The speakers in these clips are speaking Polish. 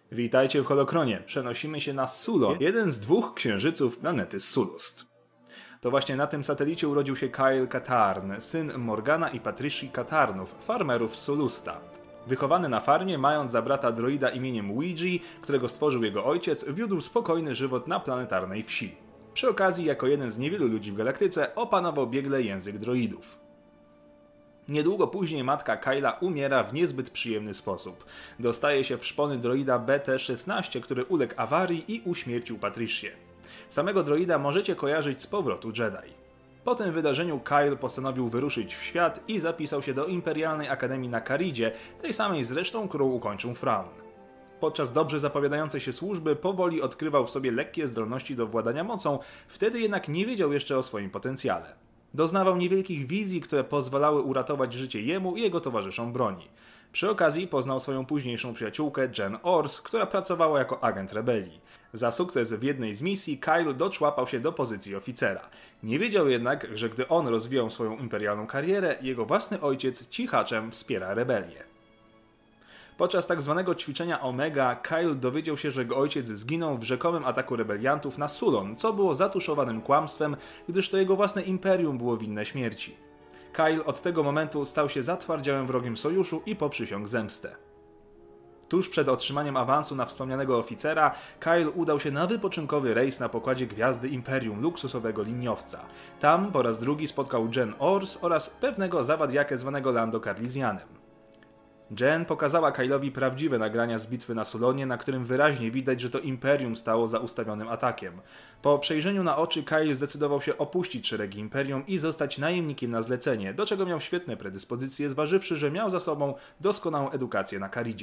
Witajcie w Holokronie. Przenosimy się na Sulon, jeden z dwóch księżyców planety Sullust. To właśnie na tym satelicie urodził się Kyle Katarn, syn Morgana i Patricia Katarnów, farmerów Sullusta. Wychowany na farmie, mając za brata droida imieniem Ouija, którego stworzył jego ojciec, wiódł spokojny żywot na planetarnej wsi. Przy okazji, jako jeden z niewielu ludzi w galaktyce, opanował biegle język droidów. Niedługo później matka Kyla umiera w niezbyt przyjemny sposób. Dostaje się w szpony droida BT-16, który uległ awarii i uśmiercił Patricię. Samego droida możecie kojarzyć z powrotu Jedi. Po tym wydarzeniu Kyle postanowił wyruszyć w świat i zapisał się do Imperialnej Akademii na Caridzie, tej samej zresztą, którą ukończył Thrawn. Podczas dobrze zapowiadającej się służby powoli odkrywał w sobie lekkie zdolności do władania mocą, wtedy jednak nie wiedział jeszcze o swoim potencjale. Doznawał niewielkich wizji, które pozwalały uratować życie jemu i jego towarzyszom broni. Przy okazji poznał swoją późniejszą przyjaciółkę Jen Ors, która pracowała jako agent rebelii. Za sukces w jednej z misji Kyle doczłapał się do pozycji oficera. Nie wiedział jednak, że gdy on rozwijał swoją imperialną karierę, jego własny ojciec cichaczem wspiera rebelię. Podczas tzw. ćwiczenia Omega, Kyle dowiedział się, że jego ojciec zginął w rzekomym ataku rebeliantów na Sulon, co było zatuszowanym kłamstwem, gdyż to jego własne imperium było winne śmierci. Kyle od tego momentu stał się zatwardziałym wrogiem sojuszu i poprzysiągł zemstę. Tuż przed otrzymaniem awansu na wspomnianego oficera, Kyle udał się na wypoczynkowy rejs na pokładzie Gwiazdy Imperium, luksusowego liniowca. Tam po raz drugi spotkał Jen Ors oraz pewnego zawadiakę zwanego Lando Calrissianem. Jen pokazała Kyle'owi prawdziwe nagrania z bitwy na Sulonie, na którym wyraźnie widać, że to Imperium stało za ustawionym atakiem. Po przejrzeniu na oczy Kyle zdecydował się opuścić szeregi Imperium i zostać najemnikiem na zlecenie, do czego miał świetne predyspozycje, zważywszy, że miał za sobą doskonałą edukację na Caridzie.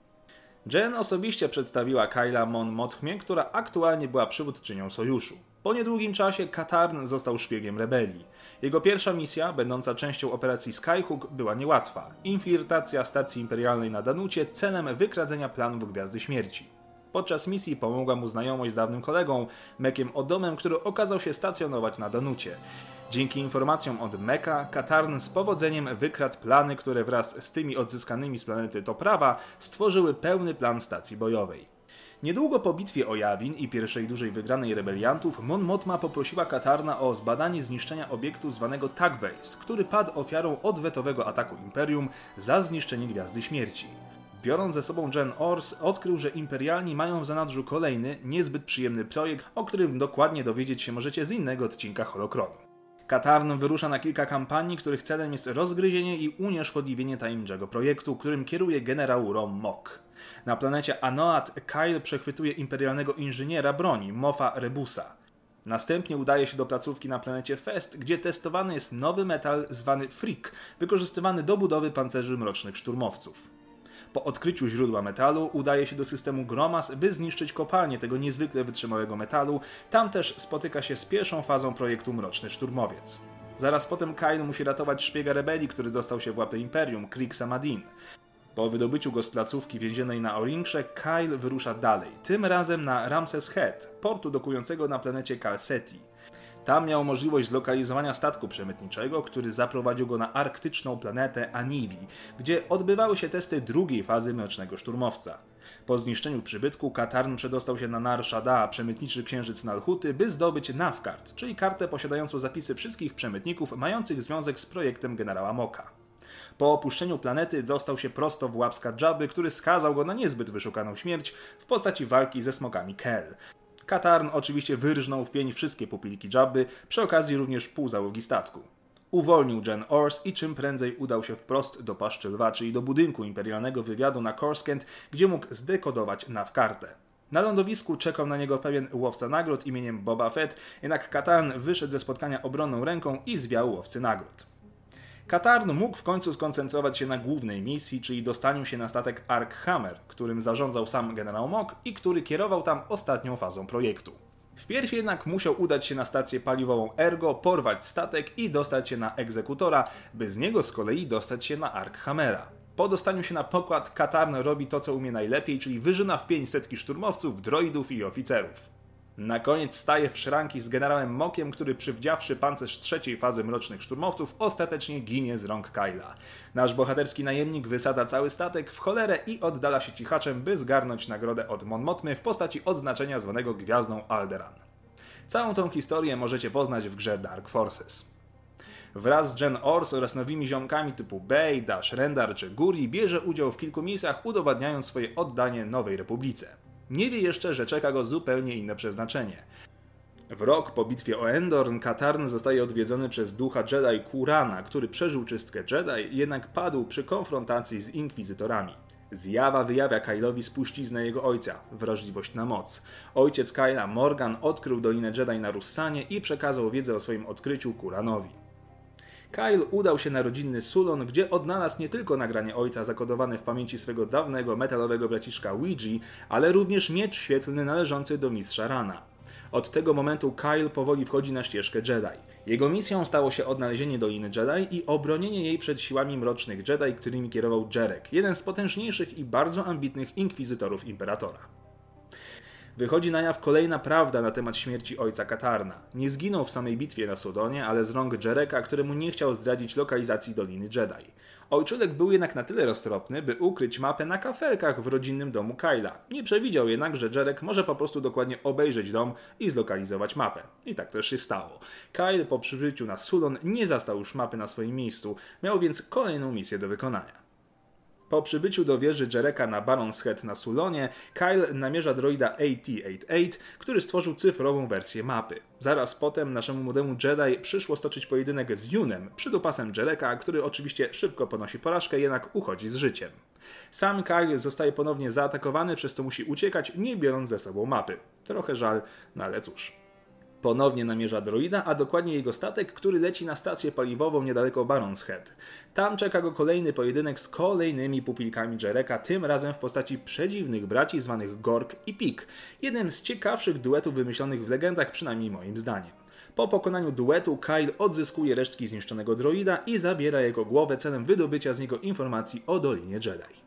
Jen osobiście przedstawiła Kyla Mon Mothmie, która aktualnie była przywódczynią sojuszu. Po niedługim czasie Katarn został szpiegiem rebelii. Jego pierwsza misja, będąca częścią operacji Skyhook, była niełatwa. Infiltracja stacji imperialnej na Danucie celem wykradzenia planów Gwiazdy Śmierci. Podczas misji pomogła mu znajomość z dawnym kolegą, Mekiem Odomem, który okazał się stacjonować na Danucie. Dzięki informacjom od Meka, Katarn z powodzeniem wykradł plany, które wraz z tymi odzyskanymi z planety Toprawa stworzyły pełny plan stacji bojowej. Niedługo po bitwie o Yavin i pierwszej dużej wygranej rebeliantów, Mon Mothma poprosiła Katarna o zbadanie zniszczenia obiektu zwanego Tag Base, który padł ofiarą odwetowego ataku Imperium za zniszczenie Gwiazdy Śmierci. Biorąc ze sobą Jen Ors, odkrył, że imperialni mają w zanadrzu kolejny, niezbyt przyjemny projekt, o którym dokładnie dowiedzieć się możecie z innego odcinka Holokronu. Katarn wyrusza na kilka kampanii, których celem jest rozgryzienie i unieszkodliwienie tajemniczego projektu, którym kieruje generał Rom Mok. Na planecie Anoat Kyle przechwytuje imperialnego inżyniera broni, Moffa Rebusa. Następnie udaje się do placówki na planecie Fest, gdzie testowany jest nowy metal zwany Freak, wykorzystywany do budowy pancerzy mrocznych szturmowców. Po odkryciu źródła metalu udaje się do systemu Gromas, by zniszczyć kopalnię tego niezwykle wytrzymałego metalu. Tam też spotyka się z pierwszą fazą projektu Mroczny Szturmowiec. Zaraz potem Kyle musi ratować szpiega rebelii, który dostał się w łapy Imperium, Krixa Madin. Po wydobyciu go z placówki więziennej na Orinkrze, Kyle wyrusza dalej, tym razem na Ramses Head, portu dokującego na planecie Kalseti. Tam miał możliwość zlokalizowania statku przemytniczego, który zaprowadził go na arktyczną planetę Aniwi, gdzie odbywały się testy drugiej fazy Mrocznego Szturmowca. Po zniszczeniu przybytku Katarn przedostał się na Nar Shaddaa, przemytniczy księżyc Nalhuty, by zdobyć Navkart, czyli kartę posiadającą zapisy wszystkich przemytników mających związek z projektem generała Moka. Po opuszczeniu planety dostał się prosto w łapska Jabby, który skazał go na niezbyt wyszukaną śmierć w postaci walki ze smokami Kel. Katarn oczywiście wyrżnął w pień wszystkie pupilki Jabby, przy okazji również pół załogi statku. Uwolnił Jen Ors i czym prędzej udał się wprost do Paszczy Lwa, czyli do budynku imperialnego wywiadu na Coruscant, gdzie mógł zdekodować Navkartę. Na lądowisku czekał na niego pewien łowca nagród imieniem Boba Fett, jednak Katarn wyszedł ze spotkania obronną ręką i zwiał łowcy nagród. Katarn mógł w końcu skoncentrować się na głównej misji, czyli dostaniu się na statek Ark Hammer, którym zarządzał sam generał Mok i który kierował tam ostatnią fazą projektu. Wpierw jednak musiał udać się na stację paliwową Ergo, porwać statek i dostać się na egzekutora, by z niego z kolei dostać się na Ark Hammera. Po dostaniu się na pokład Katarn robi to, co umie najlepiej, czyli wyrzyna w pień setki szturmowców, droidów i oficerów. Na koniec staje w szranki z generałem Mokiem, który przywdziawszy pancerz trzeciej fazy Mrocznych Szturmowców ostatecznie ginie z rąk Kyla. Nasz bohaterski najemnik wysadza cały statek w cholerę i oddala się cichaczem, by zgarnąć nagrodę od Mon Mothmy w postaci odznaczenia zwanego Gwiazdą Alderaan. Całą tą historię możecie poznać w grze Dark Forces. Wraz z Jen Ors oraz nowymi ziomkami typu Bey, Dash Rendar czy Guri bierze udział w kilku misjach, udowadniając swoje oddanie Nowej Republice. Nie wie jeszcze, że czeka go zupełnie inne przeznaczenie. W rok po bitwie o Endor Katarn zostaje odwiedzony przez ducha Jedi Kurana, który przeżył czystkę Jedi, jednak padł przy konfrontacji z inkwizytorami. Zjawa wyjawia Kylowi spuściznę jego ojca, wrażliwość na moc. Ojciec Kyla, Morgan, odkrył Dolinę Jedi na Russanie i przekazał wiedzę o swoim odkryciu Kuranowi. Kyle udał się na rodzinny Sulon, gdzie odnalazł nie tylko nagranie ojca zakodowane w pamięci swego dawnego metalowego braciszka Ouija, ale również miecz świetlny należący do mistrza Rana. Od tego momentu Kyle powoli wchodzi na ścieżkę Jedi. Jego misją stało się odnalezienie Doliny Jedi i obronienie jej przed siłami mrocznych Jedi, którymi kierował Jarek, jeden z potężniejszych i bardzo ambitnych inkwizytorów Imperatora. Wychodzi na jaw kolejna prawda na temat śmierci ojca Katarna. Nie zginął w samej bitwie na Sodonie, ale z rąk Jareka, któremu nie chciał zdradzić lokalizacji Doliny Jedi. Ojczulek był jednak na tyle roztropny, by ukryć mapę na kafelkach w rodzinnym domu Kyla. Nie przewidział jednak, że Jarek może po prostu dokładnie obejrzeć dom i zlokalizować mapę. I tak też się stało. Kyle po przybyciu na Sulon nie zastał już mapy na swoim miejscu, miał więc kolejną misję do wykonania. Po przybyciu do wieży Jareka na Baron's Head na Sulonie, Kyle namierza droida AT-88, który stworzył cyfrową wersję mapy. Zaraz potem naszemu młodemu Jedi przyszło stoczyć pojedynek z Yunem, przydupasem Jareka, który oczywiście szybko ponosi porażkę, jednak uchodzi z życiem. Sam Kyle zostaje ponownie zaatakowany, przez co musi uciekać, nie biorąc ze sobą mapy. Trochę żal, no ale cóż. Ponownie namierza droida, a dokładnie jego statek, który leci na stację paliwową niedaleko Baron's Head. Tam czeka go kolejny pojedynek z kolejnymi pupilkami Jareka, tym razem w postaci przedziwnych braci zwanych Gork i Pik, jednym z ciekawszych duetów wymyślonych w legendach, przynajmniej moim zdaniem. Po pokonaniu duetu Kyle odzyskuje resztki zniszczonego droida i zabiera jego głowę celem wydobycia z niego informacji o Dolinie Jedi.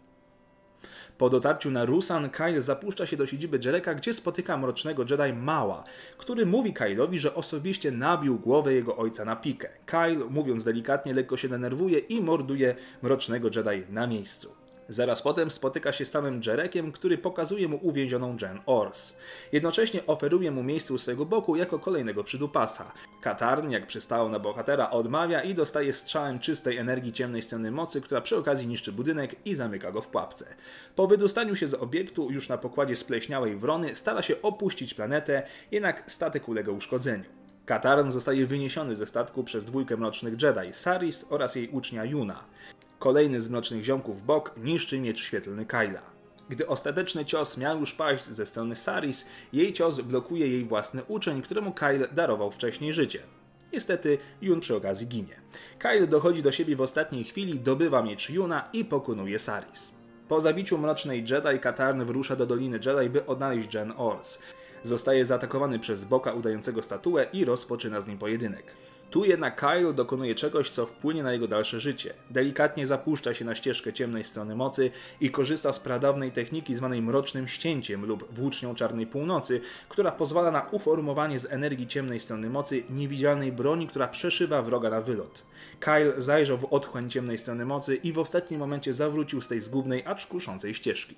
Po dotarciu na Rusan, Kyle zapuszcza się do siedziby Jareka, gdzie spotyka mrocznego Jedi Mała, który mówi Kylowi, że osobiście nabił głowę jego ojca na pikę. Kyle, mówiąc delikatnie, lekko się denerwuje i morduje mrocznego Jedi na miejscu. Zaraz potem spotyka się z samym Jarekiem, który pokazuje mu uwięzioną Jen Ors. Jednocześnie oferuje mu miejsce u swojego boku jako kolejnego przydupasa. Katarn, jak przystało na bohatera, odmawia i dostaje strzałem czystej energii ciemnej strony mocy, która przy okazji niszczy budynek i zamyka go w pułapce. Po wydostaniu się z obiektu, już na pokładzie spleśniałej wrony, stara się opuścić planetę, jednak statek ulega uszkodzeniu. Katarn zostaje wyniesiony ze statku przez dwójkę mrocznych Jedi, Saris oraz jej ucznia Yuna. Kolejny z mrocznych ziomków bok niszczy miecz świetlny Kyla. Gdy ostateczny cios miał już paść ze strony Saris, jej cios blokuje jej własny uczeń, któremu Kyle darował wcześniej życie. Niestety Yun przy okazji ginie. Kyle dochodzi do siebie w ostatniej chwili, dobywa miecz Yuna i pokonuje Saris. Po zabiciu mrocznej Jedi Katarn wyrusza do Doliny Jedi, by odnaleźć Jen Ors. Zostaje zaatakowany przez Boka udającego statuę i rozpoczyna z nim pojedynek. Tu jednak Kyle dokonuje czegoś, co wpłynie na jego dalsze życie. Delikatnie zapuszcza się na ścieżkę ciemnej strony mocy i korzysta z pradawnej techniki zwanej mrocznym ścięciem lub włócznią czarnej północy, która pozwala na uformowanie z energii ciemnej strony mocy niewidzialnej broni, która przeszywa wroga na wylot. Kyle zajrzał w otchłań ciemnej strony mocy i w ostatnim momencie zawrócił z tej zgubnej, acz kuszącej ścieżki.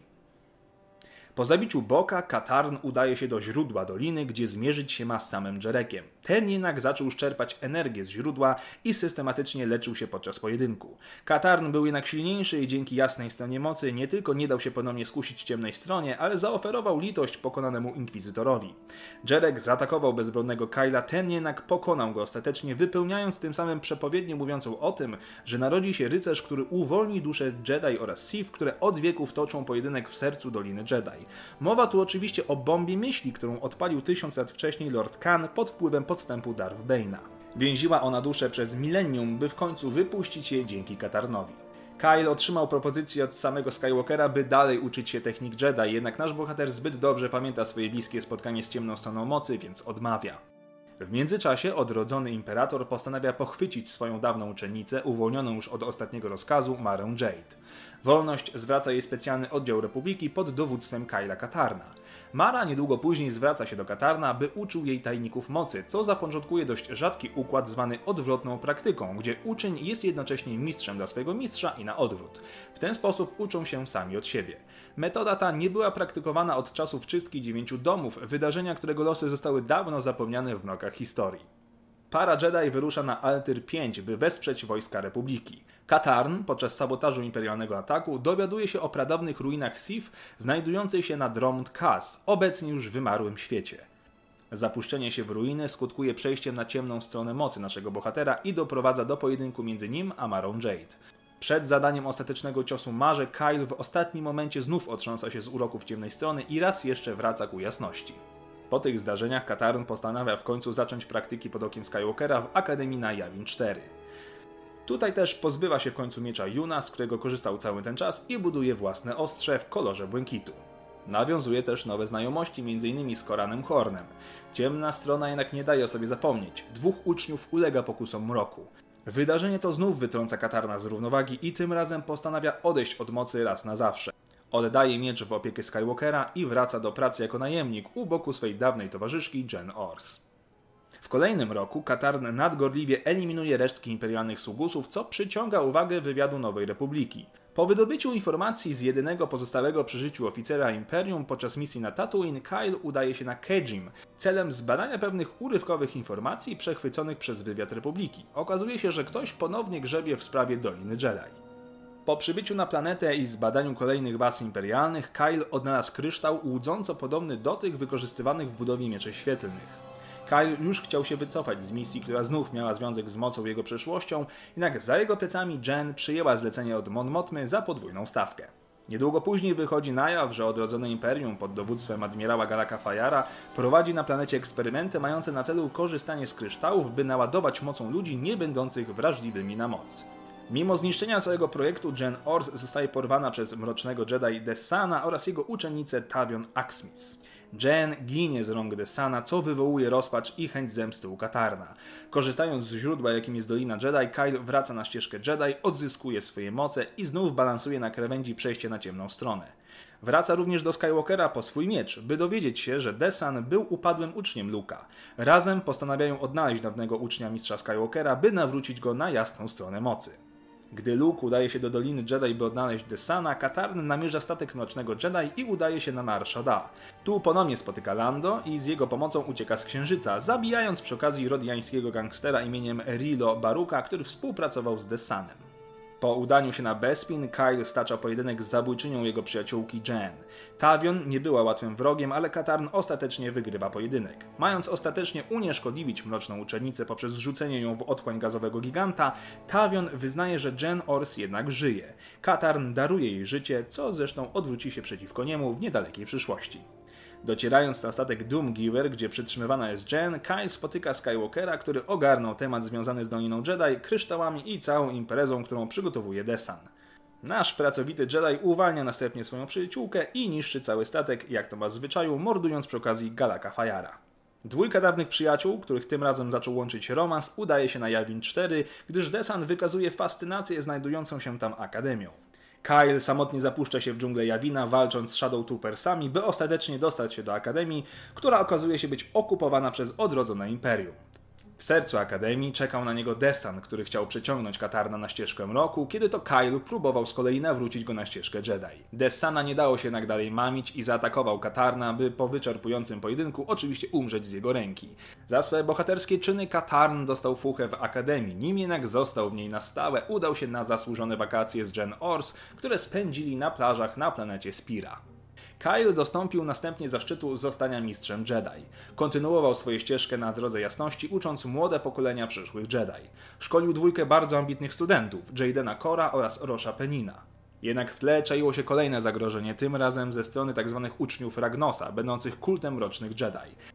Po zabiciu Boka, Katarn udaje się do źródła doliny, gdzie zmierzyć się ma z samym Jarekiem. Ten jednak zaczął czerpać energię z źródła i systematycznie leczył się podczas pojedynku. Katarn był jednak silniejszy i dzięki jasnej stronie mocy nie tylko nie dał się ponownie skusić ciemnej stronie, ale zaoferował litość pokonanemu inkwizytorowi. Jarek zaatakował bezbronnego Kyla, ten jednak pokonał go ostatecznie, wypełniając tym samym przepowiednię mówiącą o tym, że narodzi się rycerz, który uwolni dusze Jedi oraz Sith, które od wieków toczą pojedynek w sercu Doliny Jedi. Mowa tu oczywiście o bombie myśli, którą odpalił 1000 lat wcześniej Lord Khan pod wpływem podstępu Darth Bane'a. Więziła ona duszę przez milenium, by w końcu wypuścić je dzięki Katarnowi. Kyle otrzymał propozycję od samego Skywalkera, by dalej uczyć się technik Jedi, jednak nasz bohater zbyt dobrze pamięta swoje bliskie spotkanie z ciemną stroną mocy, więc odmawia. W międzyczasie odrodzony imperator postanawia pochwycić swoją dawną uczennicę, uwolnioną już od ostatniego rozkazu, Marę Jade. Wolność zwraca jej specjalny oddział Republiki pod dowództwem Kyla Katarna. Mara niedługo później zwraca się do Katarna, by uczył jej tajników mocy, co zapoczątkuje dość rzadki układ zwany odwrotną praktyką, gdzie uczeń jest jednocześnie mistrzem dla swojego mistrza i na odwrót. W ten sposób uczą się sami od siebie. Metoda ta nie była praktykowana od czasów czystki 9 domów, wydarzenia, którego losy zostały dawno zapomniane w mrokach historii. Para Jedi wyrusza na Altyr 5, by wesprzeć wojska Republiki. Katarn podczas sabotażu imperialnego ataku dowiaduje się o pradawnych ruinach Sith znajdujących się na Dromund Kaas, obecnie już wymarłym świecie. Zapuszczenie się w ruiny skutkuje przejściem na ciemną stronę mocy naszego bohatera i doprowadza do pojedynku między nim a Marą Jade. Przed zadaniem ostatecznego ciosu Marze, Kyle w ostatnim momencie znów otrząsa się z uroków ciemnej strony i raz jeszcze wraca ku jasności. Po tych zdarzeniach Katarn postanawia w końcu zacząć praktyki pod okiem Skywalkera w Akademii na Yavin 4. Tutaj też pozbywa się w końcu miecza Juna, z którego korzystał cały ten czas i buduje własne ostrze w kolorze błękitu. Nawiązuje też nowe znajomości m.in. z Coranem Hornem. Ciemna strona jednak nie daje o sobie zapomnieć. 2 uczniów ulega pokusom mroku. Wydarzenie to znów wytrąca Katarna z równowagi i tym razem postanawia odejść od mocy raz na zawsze. Oddaje miecz w opiekę Skywalkera i wraca do pracy jako najemnik u boku swej dawnej towarzyszki Jen Ors. W kolejnym roku Katarn nadgorliwie eliminuje resztki imperialnych sługusów, co przyciąga uwagę wywiadu Nowej Republiki. Po wydobyciu informacji z jedynego pozostałego przy życiu oficera Imperium podczas misji na Tatooine, Kyle udaje się na Kejim celem zbadania pewnych urywkowych informacji przechwyconych przez wywiad Republiki. Okazuje się, że ktoś ponownie grzebie w sprawie Doliny Jedi. Po przybyciu na planetę i zbadaniu kolejnych baz imperialnych, Kyle odnalazł kryształ łudząco podobny do tych wykorzystywanych w budowie mieczy świetlnych. Kyle już chciał się wycofać z misji, która znów miała związek z mocą jego przeszłością, jednak za jego plecami Jen przyjęła zlecenie od Mon Mothmy za podwójną stawkę. Niedługo później wychodzi na jaw, że odrodzone imperium pod dowództwem admirała Galaka Fayara prowadzi na planecie eksperymenty mające na celu korzystanie z kryształów, by naładować mocą ludzi nie będących wrażliwymi na moc. Mimo zniszczenia całego projektu, Jen Ors zostaje porwana przez mrocznego Jedi Dessana oraz jego uczennicę Tavion Axmis. Jen ginie z rąk Dessana, co wywołuje rozpacz i chęć zemsty u Katarna. Korzystając z źródła, jakim jest Dolina Jedi, Kyle wraca na ścieżkę Jedi, odzyskuje swoje moce i znów balansuje na krawędzi przejścia na ciemną stronę. Wraca również do Skywalkera po swój miecz, by dowiedzieć się, że Dessan był upadłym uczniem Luke'a. Razem postanawiają odnaleźć dawnego ucznia mistrza Skywalkera, by nawrócić go na jasną stronę mocy. Gdy Luke udaje się do Doliny Jedi, by odnaleźć Dessana, Katarn namierza statek mrocznego Jedi i udaje się na Nar Shaddaa. Tu ponownie spotyka Lando i z jego pomocą ucieka z Księżyca, zabijając przy okazji rodiańskiego gangstera imieniem Rilo Baruka, który współpracował z Dessanem. Po udaniu się na Bespin, Kyle stacza pojedynek z zabójczynią jego przyjaciółki Jen. Tavion nie była łatwym wrogiem, ale Katarn ostatecznie wygrywa pojedynek. Mając ostatecznie unieszkodliwić mroczną uczennicę poprzez zrzucenie ją w otchłań gazowego giganta, Tavion wyznaje, że Jen Ors jednak żyje. Katarn daruje jej życie, co zresztą odwróci się przeciwko niemu w niedalekiej przyszłości. Docierając na statek Doomgiver, gdzie przytrzymywana jest Jen, Kyle spotyka Skywalkera, który ogarnął temat związany z Doliną Jedi, kryształami i całą imprezą, którą przygotowuje Dessan. Nasz pracowity Jedi uwalnia następnie swoją przyjaciółkę i niszczy cały statek, jak to ma w zwyczaju, mordując przy okazji Galaka Fayara. 2 dawnych przyjaciół, których tym razem zaczął łączyć romans, udaje się na Yavin 4, gdyż Dessan wykazuje fascynację znajdującą się tam akademią. Kyle samotnie zapuszcza się w dżunglę Yavina, walcząc z Shadow Troopersami, by ostatecznie dostać się do Akademii, która okazuje się być okupowana przez odrodzone Imperium. W sercu Akademii czekał na niego Dessan, który chciał przeciągnąć Katarna na ścieżkę mroku, kiedy to Kyle próbował z kolei nawrócić go na ścieżkę Jedi. Dessana nie dało się jednak dalej mamić i zaatakował Katarna, by po wyczerpującym pojedynku oczywiście umrzeć z jego ręki. Za swoje bohaterskie czyny Katarn dostał fuchę w Akademii, nim jednak został w niej na stałe, udał się na zasłużone wakacje z Jen Ors, które spędzili na plażach na planecie Spira. Kyle dostąpił następnie zaszczytu zostania mistrzem Jedi. Kontynuował swoją ścieżkę na drodze jasności, ucząc młode pokolenia przyszłych Jedi. Szkolił 2 bardzo ambitnych studentów, Jadena Cora oraz Rosha Penina. Jednak w tle czaiło się kolejne zagrożenie, tym razem ze strony tzw. uczniów Ragnosa, będących kultem mrocznych Jedi.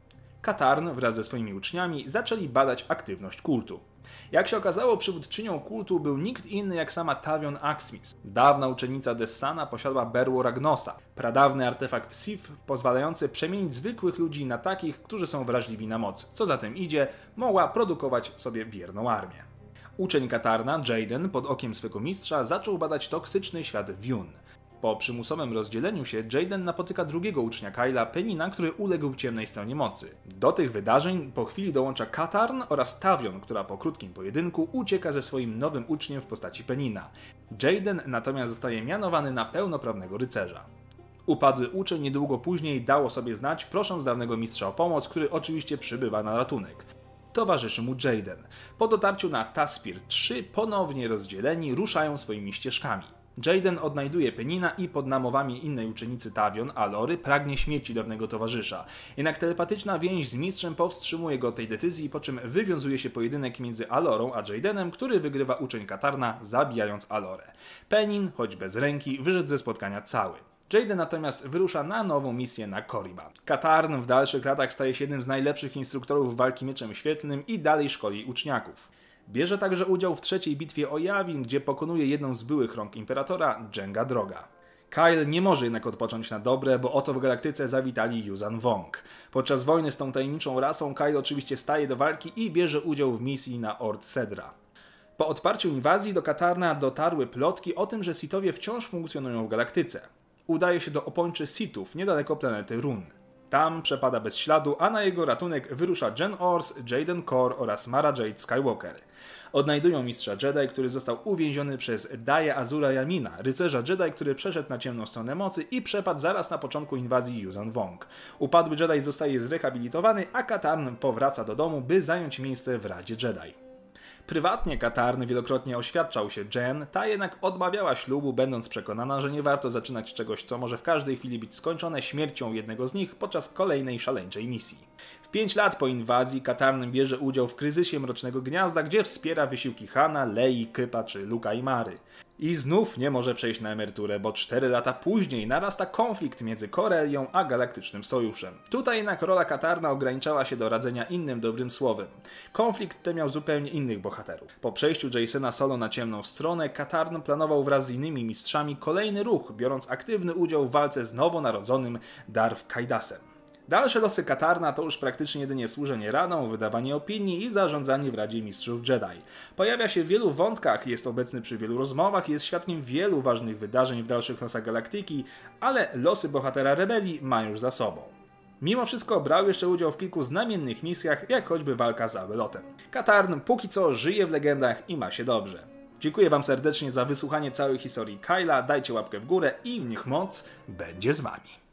Katarn wraz ze swoimi uczniami zaczęli badać aktywność kultu. Jak się okazało, przywódczynią kultu był nikt inny jak sama Tavion Axmis. Dawna uczennica Dessana posiadała berło Ragnosa, pradawny artefakt Sith pozwalający przemienić zwykłych ludzi na takich, którzy są wrażliwi na moc. Co za tym idzie, mogła produkować sobie wierną armię. Uczeń Katarna, Jaden, pod okiem swego mistrza zaczął badać toksyczny świat Vune. Po przymusowym rozdzieleniu się Jaden napotyka drugiego ucznia Kyla, Penina, który uległ ciemnej stronie mocy. Do tych wydarzeń po chwili dołącza Katarn oraz Tavion, która po krótkim pojedynku ucieka ze swoim nowym uczniem w postaci Penina. Jaden natomiast zostaje mianowany na pełnoprawnego rycerza. Upadły uczeń niedługo później dał o sobie znać, prosząc dawnego mistrza o pomoc, który oczywiście przybywa na ratunek. Towarzyszy mu Jaden. Po dotarciu na Taspir 3 ponownie rozdzieleni ruszają swoimi ścieżkami. Jaden odnajduje Penina i pod namowami innej uczennicy Tavion, Alory, pragnie śmierci dawnego towarzysza. Jednak telepatyczna więź z mistrzem powstrzymuje go od tej decyzji, po czym wywiązuje się pojedynek między Alorą a Jadenem, który wygrywa uczeń Katarna, zabijając Alorę. Penin, choć bez ręki, wyszedł ze spotkania cały. Jaden natomiast wyrusza na nową misję na Korriban. Katarn w dalszych latach staje się jednym z najlepszych instruktorów walki mieczem świetlnym i dalej szkoli uczniaków. Bierze także udział w trzeciej bitwie o Yavin, gdzie pokonuje jedną z byłych rąk Imperatora, Jenga Droga. Kyle nie może jednak odpocząć na dobre, bo oto w galaktyce zawitali Yuuzhan Vong. Podczas wojny z tą tajemniczą rasą Kyle oczywiście staje do walki i bierze udział w misji na Ord Sedra. Po odparciu inwazji do Katarna dotarły plotki o tym, że Sithowie wciąż funkcjonują w galaktyce. Udaje się do opończy Sithów, niedaleko planety Run. Tam przepada bez śladu, a na jego ratunek wyrusza Jen Ors, Jaden Korr oraz Mara Jade Skywalker. Odnajdują mistrza Jedi, który został uwięziony przez Daję Azura Yamina, rycerza Jedi, który przeszedł na ciemną stronę mocy i przepadł zaraz na początku inwazji Yuuzhan Vong. Upadły Jedi zostaje zrehabilitowany, a Katarn powraca do domu, by zająć miejsce w Radzie Jedi. Prywatnie Katarn wielokrotnie oświadczał się Jen, ta jednak odmawiała ślubu, będąc przekonana, że nie warto zaczynać czegoś, co może w każdej chwili być skończone śmiercią jednego z nich podczas kolejnej szaleńczej misji. W 5 lat po inwazji Katarn bierze udział w kryzysie Mrocznego Gniazda, gdzie wspiera wysiłki Hana, Lei, Kypa czy Luka i Mary. I znów nie może przejść na emeryturę, bo 4 lata później narasta konflikt między Corellią a Galaktycznym Sojuszem. Tutaj jednak rola Katarna ograniczała się do radzenia innym dobrym słowem. Konflikt ten miał zupełnie innych bohaterów. Po przejściu Jacena Solo na ciemną stronę, Katarn planował wraz z innymi mistrzami kolejny ruch, biorąc aktywny udział w walce z nowonarodzonym Darth Kaidasem. Dalsze losy Katarna to już praktycznie jedynie służenie radą, wydawanie opinii i zarządzanie w Radzie Mistrzów Jedi. Pojawia się w wielu wątkach, jest obecny przy wielu rozmowach, jest świadkiem wielu ważnych wydarzeń w dalszych losach galaktyki, ale losy bohatera rebelii ma już za sobą. Mimo wszystko brał jeszcze udział w kilku znamiennych misjach, jak choćby walka z Abelotem. Katarn póki co żyje w legendach i ma się dobrze. Dziękuję wam serdecznie za wysłuchanie całej historii Kyla, dajcie łapkę w górę i niech moc będzie z wami.